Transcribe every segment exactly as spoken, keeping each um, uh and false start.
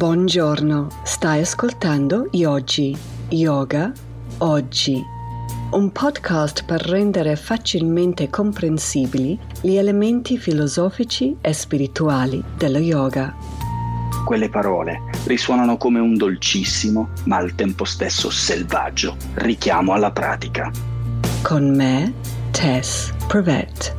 Buongiorno, stai ascoltando Yogi, Yoga Oggi, un podcast per rendere facilmente comprensibili gli elementi filosofici e spirituali dello yoga. Quelle parole risuonano come un dolcissimo, ma al tempo stesso selvaggio, richiamo alla pratica. Con me, Tess Prevet.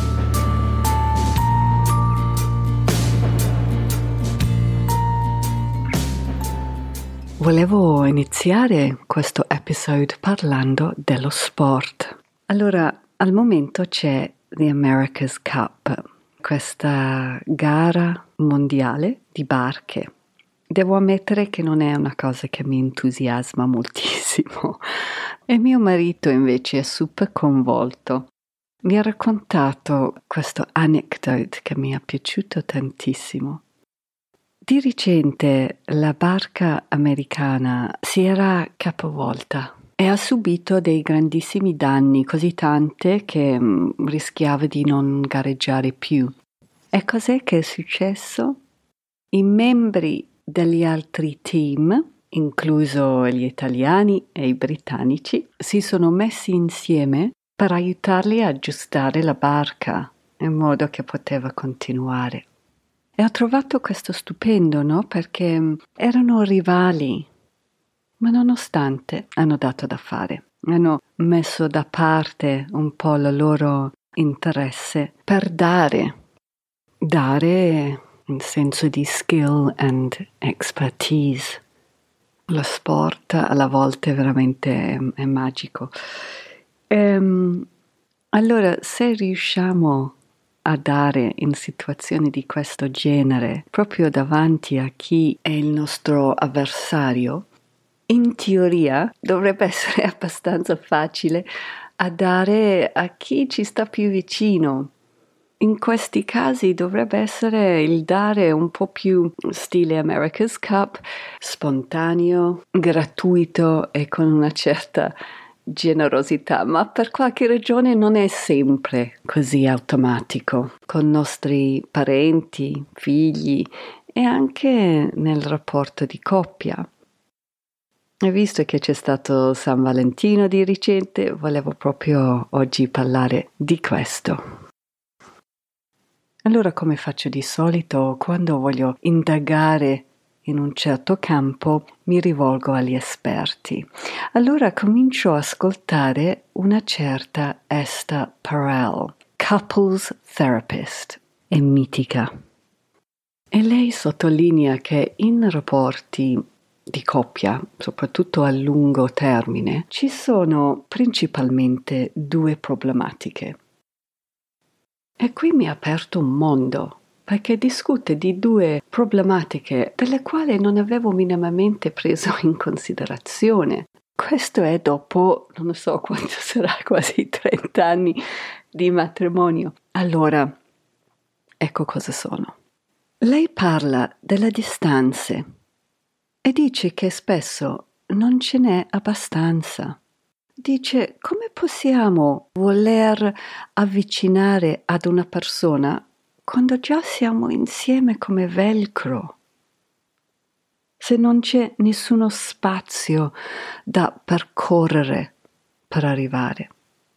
Volevo iniziare questo episodio parlando dello sport. Allora, al momento c'è The America's Cup, questa gara mondiale di barche. Devo ammettere che non è una cosa che mi entusiasma moltissimo e mio marito invece è super coinvolto. Mi ha raccontato questo anecdote che mi è piaciuto tantissimo. Di recente la barca americana si era capovolta e ha subito dei grandissimi danni, così tante che mh, rischiava di non gareggiare più. E cos'è che è successo? I membri degli altri team, incluso gli italiani e i britannici, si sono messi insieme per aiutarli a aggiustare la barca in modo che poteva continuare. E ho trovato questo stupendo, no? Perché erano rivali, ma nonostante hanno dato da fare. Hanno messo da parte un po' il loro interesse per dare, dare in senso di skill and expertise. Lo sport alla volta è veramente è, è magico. Ehm, allora, se riusciamo a dare in situazioni di questo genere proprio davanti a chi è il nostro avversario, in teoria dovrebbe essere abbastanza facile a dare a chi ci sta più vicino. In questi casi dovrebbe essere il dare un po' più stile America's Cup, spontaneo, gratuito e con una certa generosità, ma per qualche ragione non è sempre così automatico con nostri parenti, figli e anche nel rapporto di coppia. E visto che c'è stato San Valentino di recente, volevo proprio oggi parlare di questo. Allora, come faccio di solito, quando voglio indagare in un certo campo, mi rivolgo agli esperti. Allora comincio a ascoltare una certa Esther Perel, couples therapist, è mitica. E lei sottolinea che in rapporti di coppia, soprattutto a lungo termine, ci sono principalmente due problematiche. E qui mi ha aperto un mondo, perché discute di due problematiche delle quali non avevo minimamente preso in considerazione. Questo è dopo, non so quanto sarà, quasi trenta anni di matrimonio. Allora, ecco cosa sono. Lei parla delle distanze e dice che spesso non ce n'è abbastanza. Dice, come possiamo voler avvicinare ad una persona quando già siamo insieme come velcro? Se non c'è nessuno spazio da percorrere per arrivare.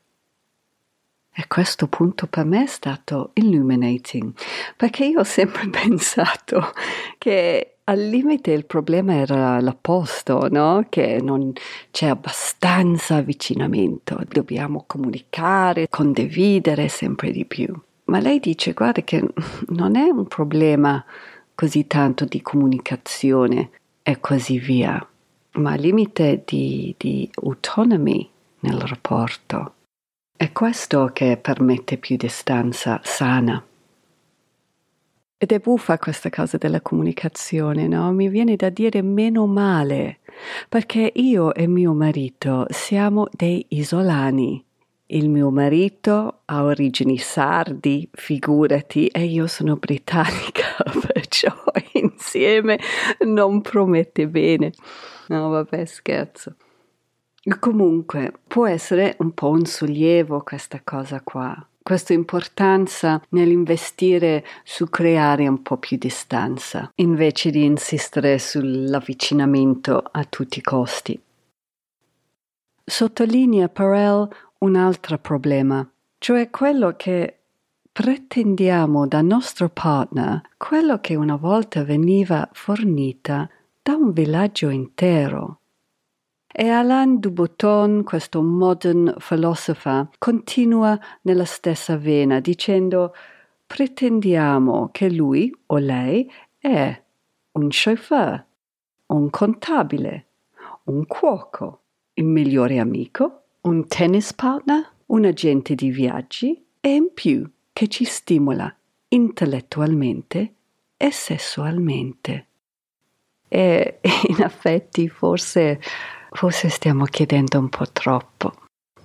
E questo punto per me è stato illuminating, perché io ho sempre pensato che al limite il problema era l'opposto, no? Che non c'è abbastanza avvicinamento, dobbiamo comunicare, condividere sempre di più. Ma lei dice, guarda che non è un problema così tanto di comunicazione e così via, ma al limite di, di autonomy nel rapporto. È questo che permette più distanza sana. Ed è buffa questa cosa della comunicazione, no? Mi viene da dire meno male, perché io e mio marito siamo dei isolani. Il mio marito ha origini sardi, figurati, e io sono britannica, perciò insieme non promette bene. No, vabbè, scherzo. Comunque, può essere un po' un sollievo questa cosa qua. questa importanza nell'investire su creare un po' più distanza, invece di insistere sull'avvicinamento a tutti i costi. Sottolinea Perel un altro problema, cioè quello che pretendiamo dal nostro partner quello che una volta veniva fornita da un villaggio intero. E Alain de Botton, questo modern philosopher, continua nella stessa vena dicendo: pretendiamo che lui o lei è un chauffeur, un contabile, un cuoco, il migliore amico, un tennis partner, un agente di viaggi e in più che ci stimola intellettualmente e sessualmente. E in effetti forse, forse stiamo chiedendo un po' troppo.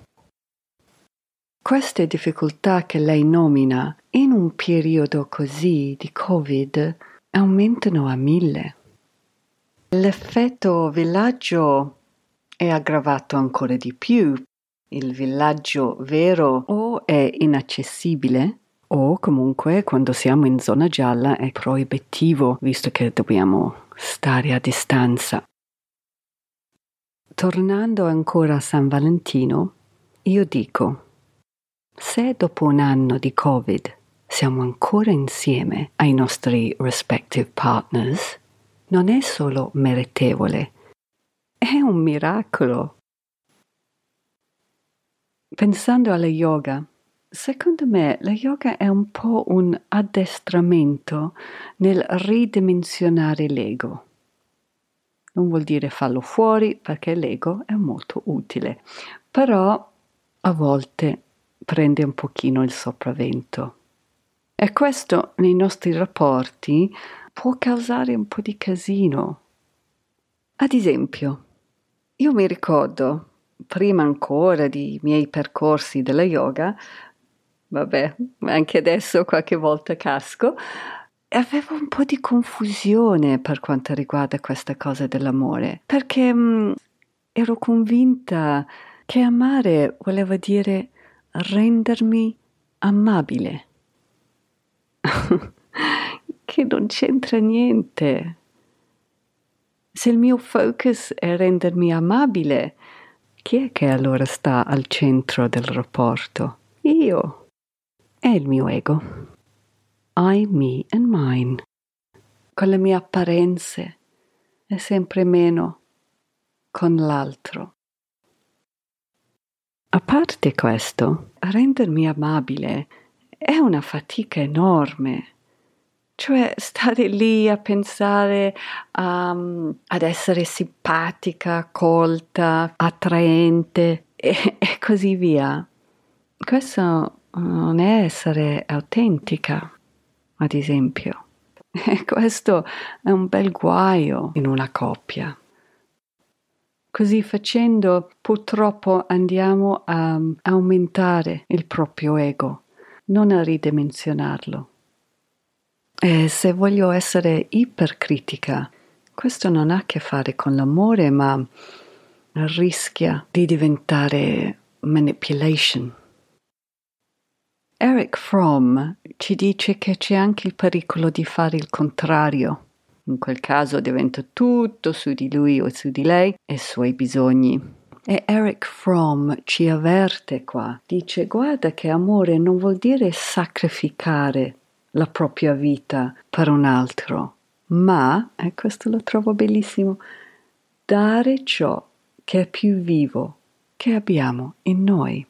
Queste difficoltà che lei nomina in un periodo così di Covid aumentano a mille. L'effetto villaggio è aggravato ancora di più. Il villaggio vero o è inaccessibile o comunque quando siamo in zona gialla è proibitivo, visto che dobbiamo stare a distanza. Tornando ancora a San Valentino, io dico, se dopo un anno di Covid siamo ancora insieme ai nostri respective partners, non è solo meritevole, è un miracolo. Pensando alla yoga, secondo me la yoga è un po' un addestramento nel ridimensionare l'ego. Non vuol dire farlo fuori perché l'ego è molto utile, però a volte prende un pochino il sopravvento. E questo nei nostri rapporti può causare un po' di casino. Ad esempio, io mi ricordo, prima ancora di miei percorsi della yoga, vabbè, anche adesso qualche volta casco, avevo un po' di confusione per quanto riguarda questa cosa dell'amore, perché mh, ero convinta che amare voleva dire rendermi amabile, che non c'entra niente. Se il mio focus è rendermi amabile, chi è che allora sta al centro del rapporto? Io e il mio ego. I, me and mine. Con le mie apparenze e sempre meno con l'altro. A parte questo, rendermi amabile è una fatica enorme. Cioè stare lì a pensare um, ad essere simpatica, colta, attraente e, e così via. Questo non è essere autentica, ad esempio. E questo è un bel guaio in una coppia. Così facendo purtroppo andiamo a aumentare il proprio ego, non a ridimensionarlo. E se voglio essere ipercritica, questo non ha a che fare con l'amore, ma rischia di diventare manipulation. Eric Fromm ci dice che c'è anche il pericolo di fare il contrario. In quel caso diventa tutto su di lui o su di lei e i suoi bisogni. E Eric Fromm ci avverte qua, dice: guarda che amore non vuol dire sacrificare la propria vita per un altro, ma, e questo lo trovo bellissimo, dare ciò che è più vivo che abbiamo in noi.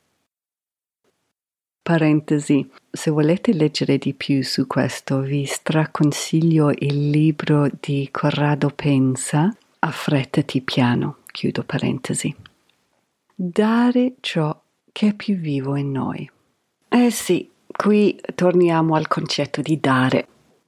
Parentesi, se volete leggere di più su questo vi straconsiglio il libro di Corrado Pensa, Affrettati piano, chiudo parentesi. Dare ciò che è più vivo in noi. Eh sì, qui torniamo al concetto di dare.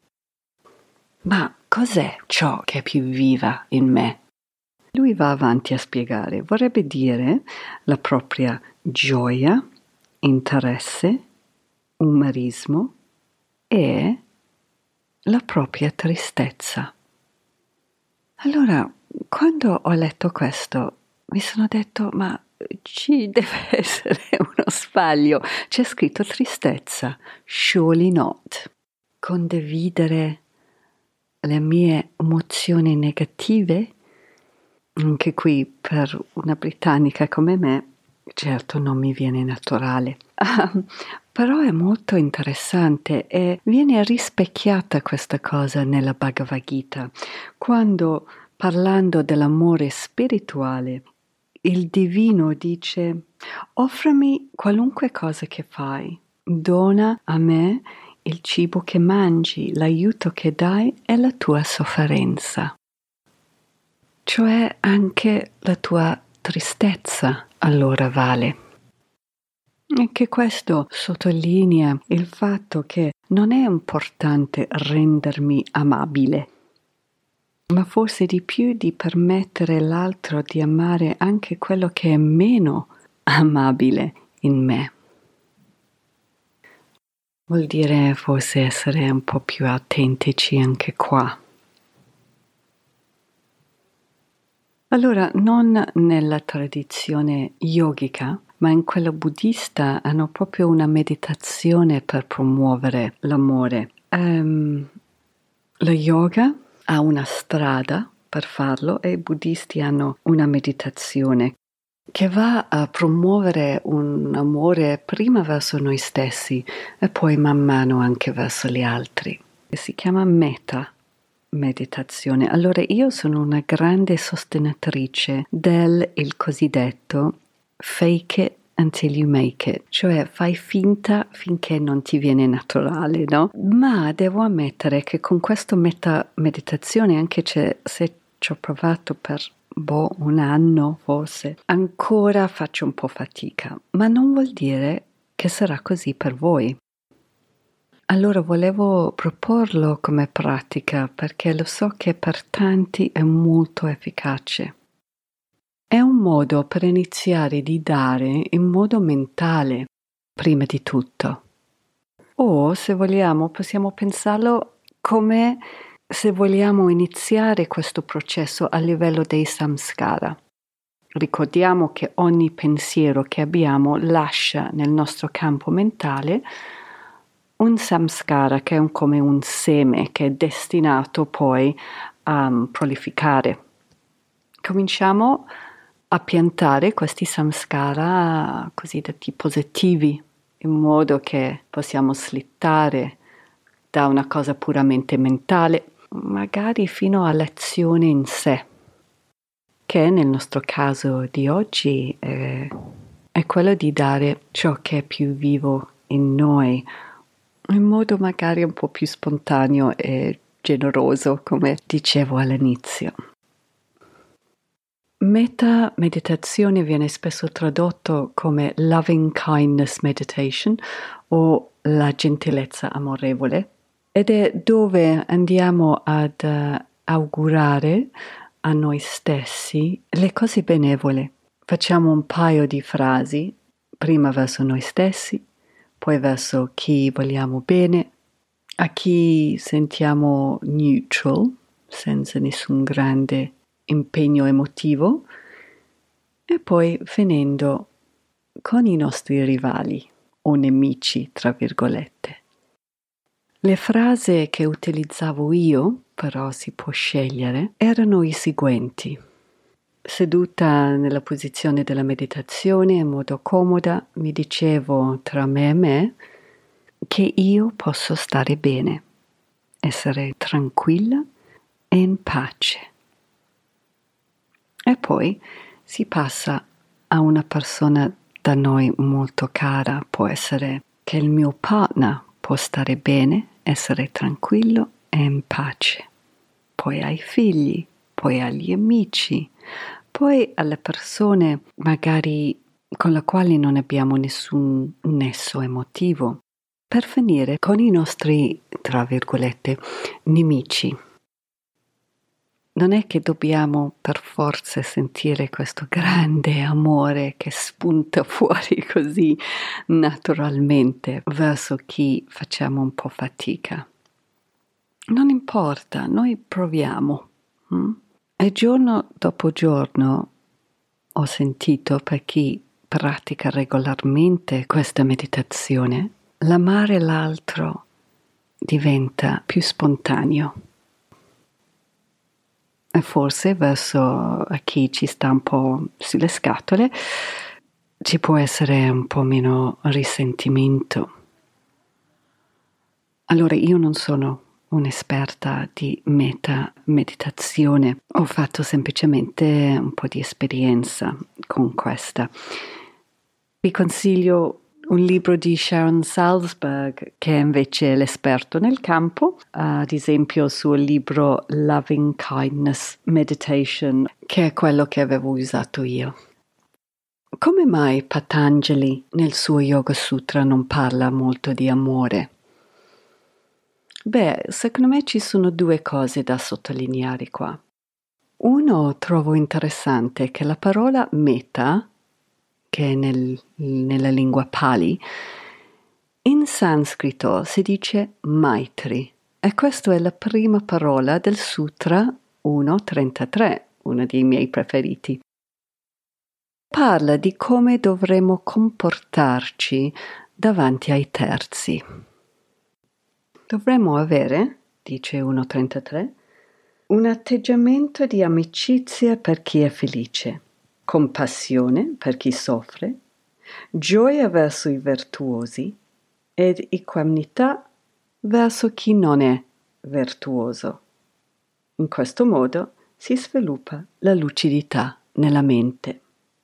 Ma cos'è ciò che è più viva in me? Lui va avanti a spiegare, vorrebbe dire la propria gioia, interesse, umorismo e la propria tristezza. Allora, quando ho letto questo, mi sono detto, ma ci deve essere uno sbaglio. C'è scritto tristezza, surely not. Condividere le mie emozioni negative, anche qui per una britannica come me, certo non mi viene naturale. Uh, però è molto interessante e viene rispecchiata questa cosa nella Bhagavad Gita, quando parlando dell'amore spirituale il divino dice: offrimi qualunque cosa che fai, dona a me il cibo che mangi, l'aiuto che dai e la tua sofferenza, cioè anche la tua tristezza allora vale. Anche questo sottolinea il fatto che non è importante rendermi amabile, ma forse di più di permettere all'altro di amare anche quello che è meno amabile in me. Vuol dire forse essere un po' più autentici anche qua. Allora, non nella tradizione yogica, ma in quella buddista hanno proprio una meditazione per promuovere l'amore. Um, lo yoga ha una strada per farlo e i buddisti hanno una meditazione che va a promuovere un amore prima verso noi stessi e poi man mano anche verso gli altri. Si chiama metta meditazione. Allora io sono una grande sostenitrice del il cosiddetto fake it until you make it, cioè fai finta finché non ti viene naturale, no? Ma devo ammettere che con questa metta meditazione, anche se ci ho provato per boh, un anno forse, ancora faccio un po' fatica, ma non vuol dire che sarà così per voi. Allora volevo proporlo come pratica perché lo so che per tanti è molto efficace. È un modo per iniziare di dare in modo mentale, prima di tutto. O, se vogliamo, possiamo pensarlo come se vogliamo iniziare questo processo a livello dei samskara. Ricordiamo che ogni pensiero che abbiamo lascia nel nostro campo mentale un samskara che è un, come un seme che è destinato poi a um, prolificare. Cominciamo a piantare questi samskara cosiddetti positivi, in modo che possiamo slittare da una cosa puramente mentale, magari fino all'azione in sé, che nel nostro caso di oggi è, è quello di dare ciò che è più vivo in noi, in modo magari un po' più spontaneo e generoso, come dicevo all'inizio. Metta meditazione viene spesso tradotto come loving kindness meditation o la gentilezza amorevole, ed è dove andiamo ad uh, augurare a noi stessi le cose benevole. Facciamo un paio di frasi, prima verso noi stessi, poi verso chi vogliamo bene, a chi sentiamo neutral, senza nessun grande impegno emotivo, e poi finendo con i nostri rivali o nemici, tra virgolette. Le frasi che utilizzavo io, però si può scegliere, erano i seguenti. Seduta nella posizione della meditazione in modo comoda, mi dicevo tra me e me che io posso stare bene, essere tranquilla e in pace. E poi si passa a una persona da noi molto cara, può essere che il mio partner può stare bene, essere tranquillo e in pace. Poi ai figli, poi agli amici, poi alle persone magari con le quali non abbiamo nessun nesso emotivo, per finire con i nostri, tra virgolette, nemici. Non è che dobbiamo per forza sentire questo grande amore che spunta fuori così naturalmente verso chi facciamo un po' fatica. Non importa, noi proviamo. Hm? E giorno dopo giorno ho sentito per chi pratica regolarmente questa meditazione, l'amare l'altro diventa più spontaneo. E forse verso a chi ci sta un po' sulle scatole ci può essere un po' meno risentimento. Allora io non sono un'esperta di meta meditazione, ho fatto semplicemente un po' di esperienza con questa. Vi consiglio un libro di Sharon Salzberg, che è invece l'esperto nel campo, ad esempio il suo libro Loving Kindness Meditation, che è quello che avevo usato io. Come mai Patanjali nel suo Yoga Sutra non parla molto di amore? Beh, secondo me ci sono due cose da sottolineare qua. Uno, trovo interessante che la parola metta, che è nel, nella lingua Pali, in sanscrito si dice maitri, e questa è la prima parola del Sutra uno trentatré, uno dei miei preferiti. Parla di come dovremmo comportarci davanti ai terzi. Dovremmo avere, dice uno trentatré, un atteggiamento di amicizia per chi è felice, compassione per chi soffre, gioia verso i virtuosi ed equanimità verso chi non è virtuoso. In questo modo si sviluppa la lucidità nella mente.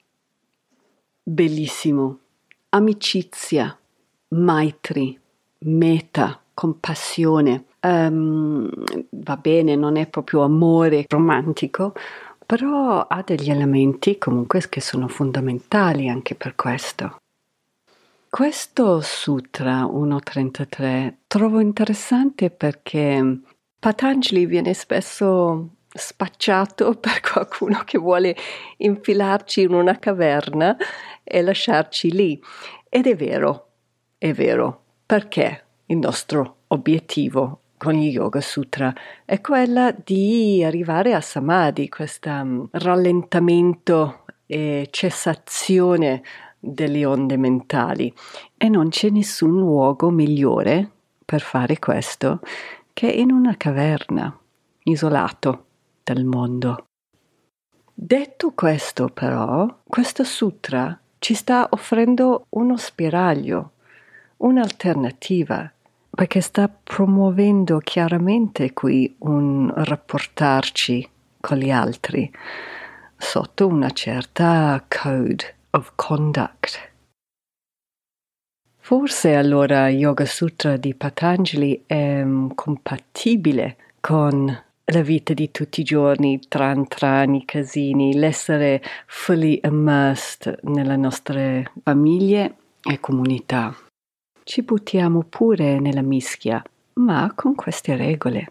Bellissimo. Amicizia, maitri, meta, compassione. Um, va bene, non è proprio amore romantico, però ha degli elementi comunque che sono fondamentali anche per questo. Questo Sutra uno trentatré trovo interessante perché Patanjali viene spesso spacciato per qualcuno che vuole infilarci in una caverna e lasciarci lì. Ed è vero, è vero, perché il nostro obiettivo con gli Yoga Sutra è quella di arrivare a Samadhi, questo um, rallentamento e cessazione delle onde mentali, e non c'è nessun luogo migliore per fare questo che in una caverna, isolato dal mondo. Detto questo, però, questo sutra ci sta offrendo uno spiraglio, un'alternativa, perché sta promuovendo chiaramente qui un rapportarci con gli altri sotto una certa code of conduct. Forse allora Yoga Sutra di Patanjali è um, compatibile con la vita di tutti i giorni, tran trani, casini, l'essere fully immersed nelle nostre famiglie e comunità. Ci buttiamo pure nella mischia, ma con queste regole.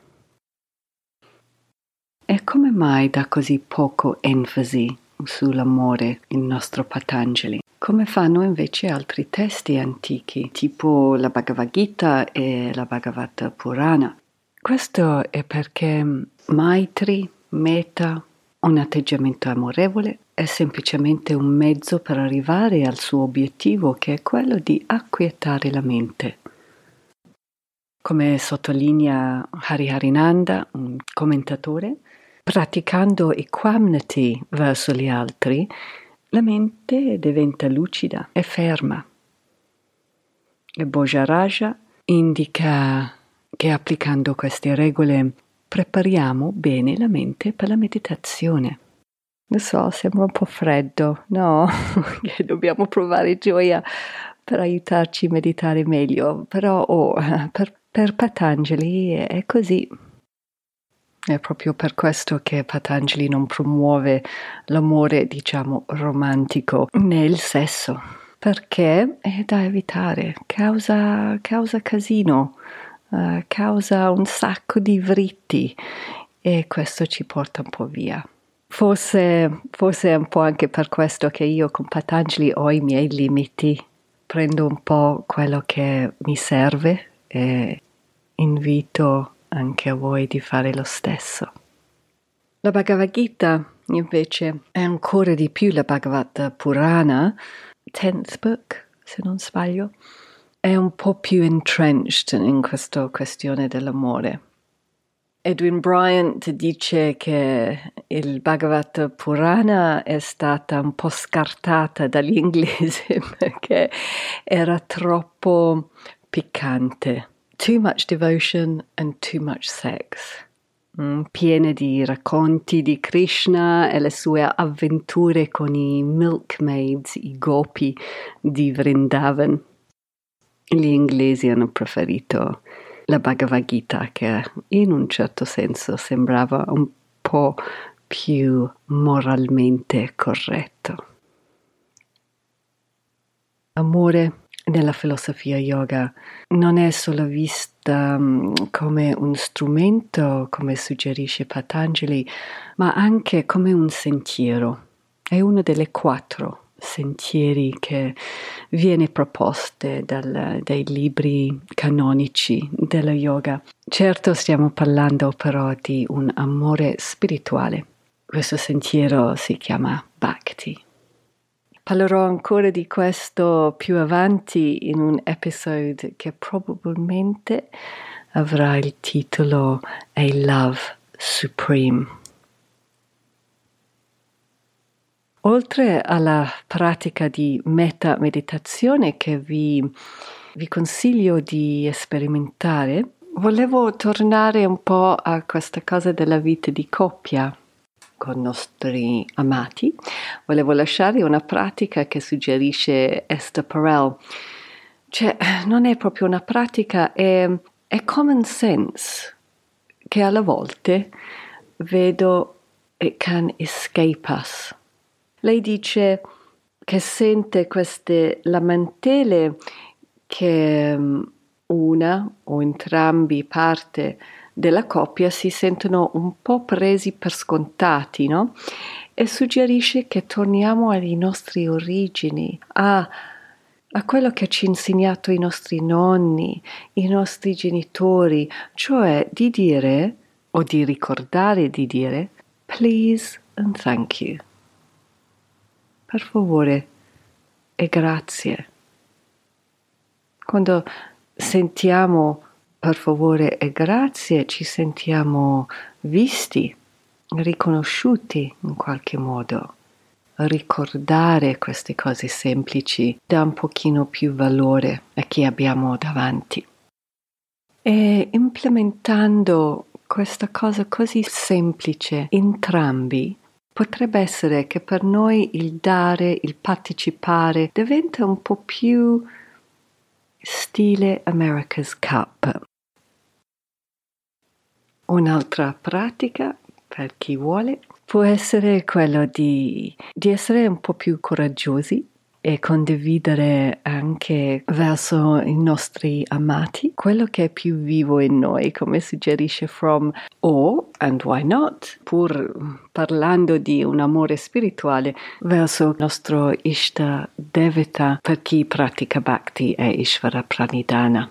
E come mai dà così poco enfasi sull'amore il nostro Patanjali? Come fanno invece altri testi antichi, tipo la Bhagavad Gita e la Bhagavata Purana? Questo è perché Maitri, meta, un atteggiamento amorevole, è semplicemente un mezzo per arrivare al suo obiettivo, che è quello di acquietare la mente. Come sottolinea Hariharinanda, un commentatore, praticando equanimity verso gli altri, la mente diventa lucida e ferma. E Bhojaraja indica che applicando queste regole prepariamo bene la mente per la meditazione. Lo so, sembra un po' freddo, no? Che dobbiamo provare gioia per aiutarci a meditare meglio, però oh, per, per Patanjali è così. È proprio per questo che Patanjali non promuove l'amore, diciamo, romantico né il sesso, perché è da evitare, causa, causa casino, uh, causa un sacco di vritti e questo ci porta un po' via. Forse, forse è un po' anche per questo che io con Patanjali ho i miei limiti, prendo un po' quello che mi serve e invito anche a voi di fare lo stesso. La Bhagavad Gita invece è ancora di più la Bhagavata Purana, tenth book, se non sbaglio, è un po' più entrenched in questa questione dell'amore. Edwin Bryant dice che il Bhagavata Purana è stata un po' scartata dagli inglesi perché era troppo piccante. Too much devotion and too much sex. Mm, piene di racconti di Krishna e le sue avventure con i milkmaids, i gopi di Vrindavan. Gli inglesi hanno preferito la Bhagavad Gita, che in un certo senso sembrava un po' più moralmente corretto. Amore nella filosofia yoga non è solo vista come un strumento, come suggerisce Patanjali, ma anche come un sentiero. È uno delle quattro sentieri che viene proposte dal, dai libri canonici dello yoga. Certo stiamo parlando però di un amore spirituale. Questo sentiero si chiama Bhakti. Parlerò ancora di questo più avanti in un episodio che probabilmente avrà il titolo A Love Supreme. Oltre alla pratica di metta meditazione che vi, vi consiglio di sperimentare, volevo tornare un po' a questa cosa della vita di coppia con i nostri amati. Volevo lasciare una pratica che suggerisce Esther Perel. Cioè, non è proprio una pratica, è, è common sense che alle volte vedo it can escape us. Lei dice che sente queste lamentele che una o entrambi parte della coppia si sentono un po' presi per scontati, no? E suggerisce che torniamo alle nostre origini, a, a quello che ci hanno insegnato i nostri nonni, i nostri genitori, cioè di dire o di ricordare di dire please and thank you. Per favore e grazie. Quando sentiamo per favore e grazie ci sentiamo visti, riconosciuti in qualche modo. Ricordare queste cose semplici dà un pochino più valore a chi abbiamo davanti. E implementando questa cosa così semplice entrambi, potrebbe essere che per noi il dare, il partecipare diventa un po' più stile America's Cup. Un'altra pratica, per chi vuole, può essere quello di, di essere un po' più coraggiosi e condividere anche verso i nostri amati quello che è più vivo in noi, come suggerisce Fromm, o, and why not, pur parlando di un amore spirituale verso il nostro Ishta Devata per chi pratica Bhakti e Ishvara Pranidhana.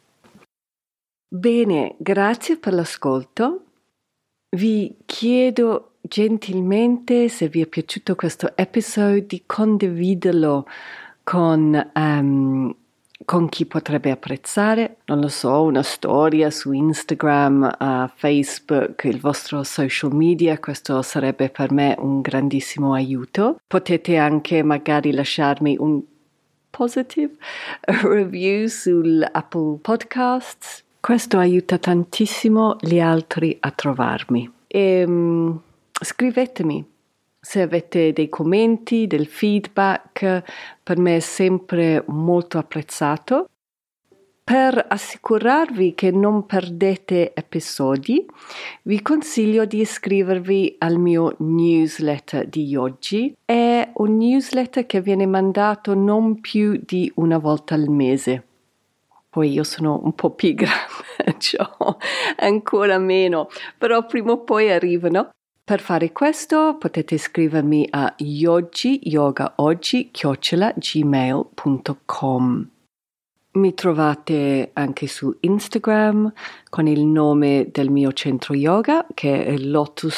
Bene, grazie per l'ascolto. Vi chiedo gentilmente, se vi è piaciuto questo episodio, di condividerlo con, um, con chi potrebbe apprezzare, non lo so, una storia su Instagram, uh, Facebook, il vostro social media. Questo sarebbe per me un grandissimo aiuto. Potete anche magari lasciarmi un positive review sull'Apple Podcasts. Questo aiuta tantissimo gli altri a trovarmi. E um, scrivetemi se avete dei commenti, del feedback, per me è sempre molto apprezzato. Per assicurarvi che non perdete episodi, vi consiglio di iscrivervi al mio newsletter di oggi. È un newsletter che viene mandato non più di una volta al mese. Poi io sono un po' pigra, perciò ancora meno, però prima o poi arrivano. Per fare questo potete iscrivermi a yogi yoga oggi chiocciola gmail punto com. Mi trovate anche su Instagram con il nome del mio centro yoga, che è lotus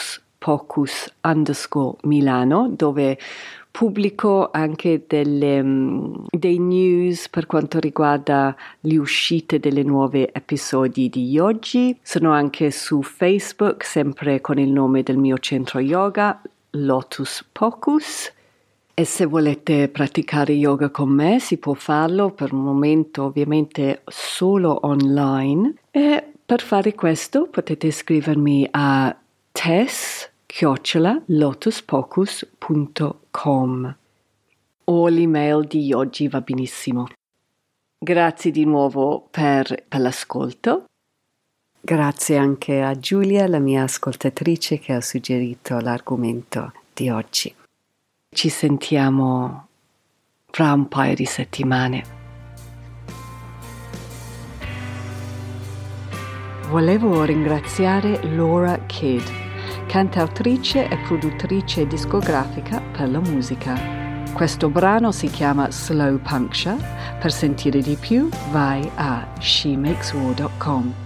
Pocus underscore Milano, dove pubblico anche delle, um, dei news per quanto riguarda le uscite delle nuove episodi di Yogi. Sono anche su Facebook, sempre con il nome del mio centro yoga, Lotus Pocus. E se volete praticare yoga con me si può farlo, per un momento ovviamente solo online. E per fare questo potete scrivermi a tess chiocciola lotuspocus punto com o l'email di oggi va benissimo. Grazie di nuovo per, per l'ascolto. Grazie anche a Giulia, la mia ascoltatrice, che ha suggerito l'argomento di oggi. Ci sentiamo fra un paio di settimane. Volevo ringraziare Laura Kidd, cantautrice e produttrice discografica per la musica. Questo brano si chiama Slow Puncture. Per sentire di più vai a she makes war dot com.